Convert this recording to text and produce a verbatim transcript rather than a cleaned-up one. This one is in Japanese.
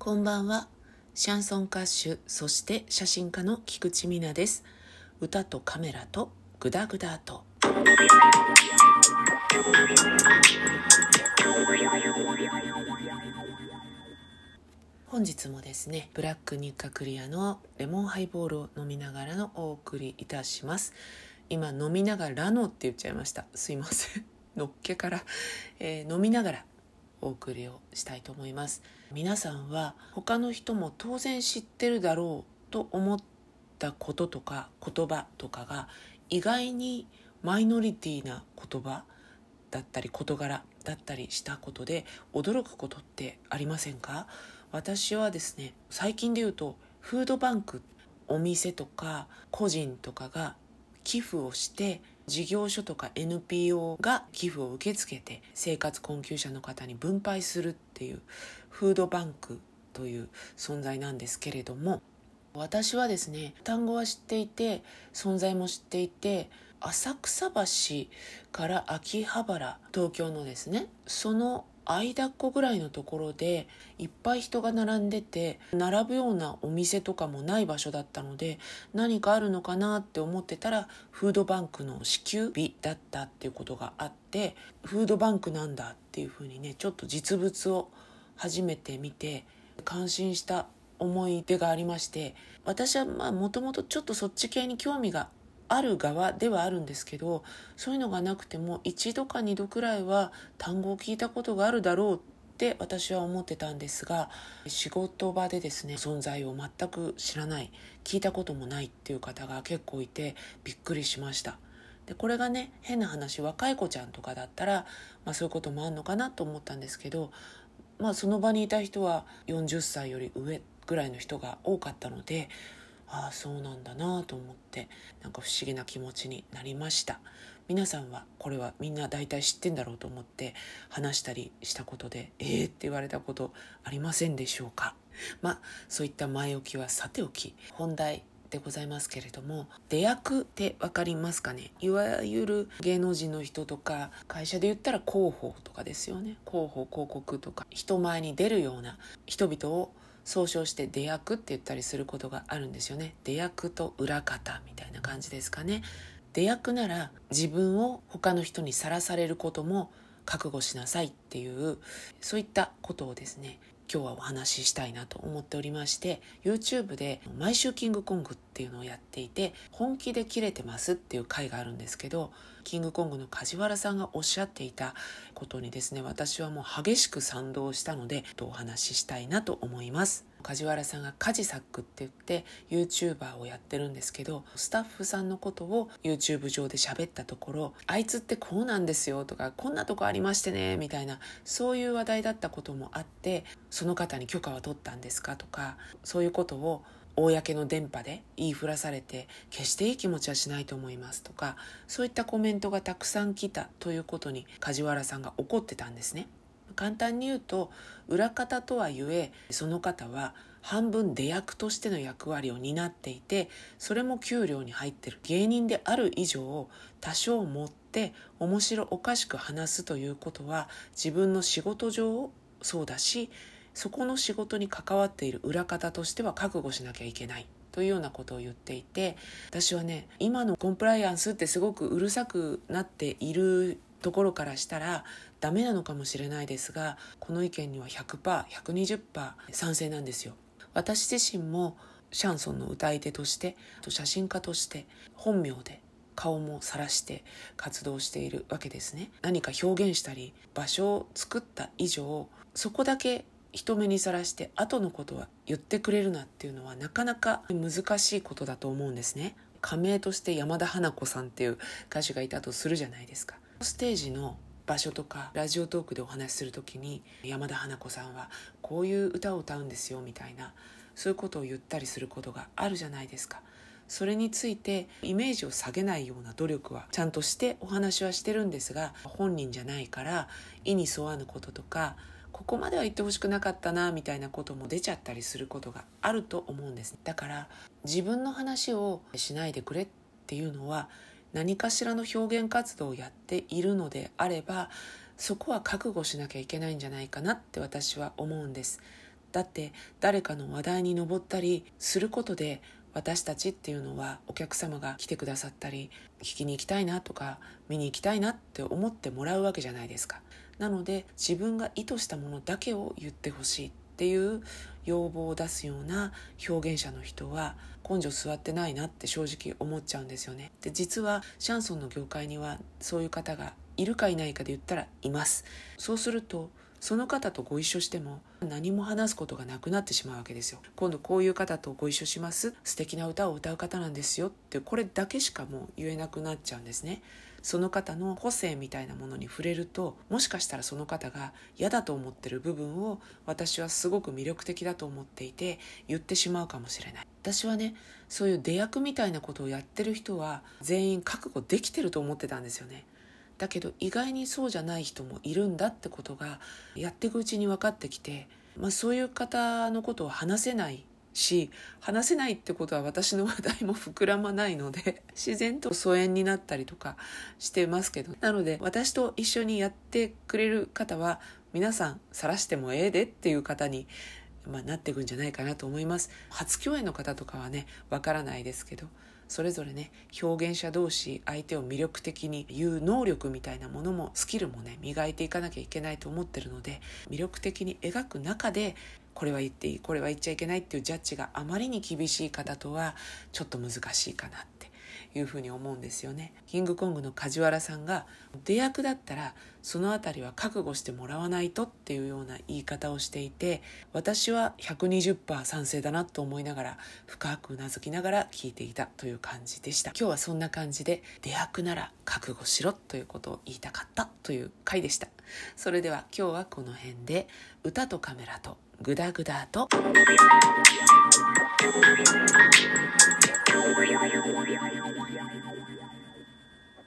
こんばんは。シャンソン歌手、そして写真家の菊池美奈です。歌とカメラとグダグダと。本日もですね、ブラックニッカクリアのレモンハイボールを飲みながらのお送りいたします。今飲みながらのって言っちゃいました。すいません。のっけから、えー、飲みながらお送りをしたいと思います。皆さんは他の人も当然知ってるだろうと思ったこととか言葉とかが意外にマイノリティな言葉だったり事柄だったりしたことで驚くことってありませんか？私はですね、最近で言うとフードバンク、お店とか個人とかが寄付をして事業所とか エヌピーオー が寄付を受け付けて生活困窮者の方に分配するっていうフードバンクという存在なんですけれども、私はですね、単語は知っていて存在も知っていて、浅草橋から秋葉原、東京のですね、その間っこぐらいのところでいっぱい人が並んでて、並ぶようなお店とかもない場所だったので、何かあるのかなって思ってたらフードバンクの支給日だったっていうことがあって、フードバンクなんだっていうふうにね、ちょっと実物を初めて見て感心した思い出がありまして、私はまあもともとちょっとそっち系に興味がある側ではあるんですけど、そういうのがなくても一度か二度くらいは単語を聞いたことがあるだろうって私は思ってたんですが、仕事場でですね、存在を全く知らない、聞いたこともないっていう方が結構いてびっくりしました。でこれがね、変な話、若い子ちゃんとかだったら、まあ、そういうこともあるのかなと思ったんですけど、まあ、その場にいた人はよんじゅっさいより上ぐらいの人が多かったので、ああそうなんだなと思って、なんか不思議な気持ちになりました。皆さんはこれはみんな大体知ってんだろうと思って話したりしたことで、えーって言われたことありませんでしょうか？まあそういった前置きはさておき、本題でございますけれども、出役って分かりますかね？いわゆる芸能人の人とか、会社で言ったら広報とかですよね。広報、広告とか、人前に出るような人々を総称して出役って言ったりすることがあるんですよね。出役と裏方みたいな感じですかね。出役なら自分を他の人にさらされることも覚悟しなさいっていう、そういったことをですね、今日はお話ししたいなと思っておりまして、 YouTube で毎週キングコングっていうのをやっていて、本気で切れてますっていう回があるんですけど、キングコングの梶原さんがおっしゃっていたことにですね、私はもう激しく賛同したのでお話ししたいなと思います。梶原さんがカジサックって言って YouTuber をやってるんですけど、スタッフさんのことを YouTube 上で喋ったところ、あいつってこうなんですよとか、こんなとこありましてねみたいな、そういう話題だったこともあって、その方に許可は取ったんですかとか、そういうことを公の電波で言いふらされて決していい気持ちはしないと思いますとか、そういったコメントがたくさん来たということに梶原さんが怒ってたんですね。簡単に言うと、裏方とはゆえその方は半分出役としての役割を担っていて、それも給料に入ってる芸人である以上、多少持って面白おかしく話すということは自分の仕事上そうだし、そこの仕事に関わっている裏方としては覚悟しなきゃいけないというようなことを言っていて、私はね、今のコンプライアンスってすごくうるさくなっているところからしたらダメなのかもしれないですが、この意見には ひゃくパーセント、ひゃくにじゅっパーセント 賛成なんですよ。私自身もシャンソンの歌い手として、写真家として本名で顔も晒して活動しているわけですね。何か表現したり場所を作った以上、そこだけ人目にさらして後のことは言ってくれるなっていうのはなかなか難しいことだと思うんですね。仮名として山田花子さんっていう歌手がいたとするじゃないですか。ステージの場所とかラジオトークでお話しするときに、山田花子さんはこういう歌を歌うんですよみたいな、そういうことを言ったりすることがあるじゃないですか。それについてイメージを下げないような努力はちゃんとしてお話はしてるんですが、本人じゃないから意に沿わぬこととか、ここまでは言ってほしくなかったなみたいなことも出ちゃったりすることがあると思うんです。だから自分の話をしないでくれっていうのは、何かしらの表現活動をやっているのであれば、そこは覚悟しなきゃいけないんじゃないかなって私は思うんです。 だって誰かの話題に上ったりすることで、私たちっていうのはお客様が来てくださったり、聞きに行きたいなとか見に行きたいなって思ってもらうわけじゃないですか。なので自分が意図したものだけを言ってほしいっていう要望を出すような表現者の人は根性据わってないなって正直思っちゃうんですよね。で、実はシャンソンの業界にはそういう方がいるかいないかで言ったらいます。そうするとその方とご一緒しても何も話すことがなくなってしまうわけですよ。今度こういう方とご一緒します、素敵な歌を歌う方なんですよって、これだけしかもう言えなくなっちゃうんですね。その方の個性みたいなものに触れると、もしかしたらその方が嫌だと思ってる部分を私はすごく魅力的だと思っていて言ってしまうかもしれない。私はね、そういう出役みたいなことをやってる人は全員覚悟できてると思ってたんですよね。だけど意外にそうじゃない人もいるんだってことがやっていくうちに分かってきて、まあ、そういう方のことを話せないし、話せないってことは私の話題も膨らまないので自然と疎遠になったりとかしてますけど、なので私と一緒にやってくれる方は皆さん晒してもええでっていう方に、まあ、なっていくんじゃないかなと思います。初共演の方とかはねわからないですけど、それぞれね、表現者同士相手を魅力的に言う能力みたいなものもスキルもね磨いていかなきゃいけないと思ってるので、魅力的に描く中でこれは言っていい、これは言っちゃいけないっていうジャッジがあまりに厳しい方とはちょっと難しいかなっていうふうに思うんですよね。キングコングの梶原さんが出役だったらそのあたりは覚悟してもらわないとっていうような言い方をしていて、私は ひゃくにじゅっパーセント 賛成だなと思いながら深くうなずきながら聞いていたという感じでした。今日はそんな感じで、出役なら覚悟しろということを言いたかったという回でした。それでは今日はこの辺で、歌とカメラとグダグダと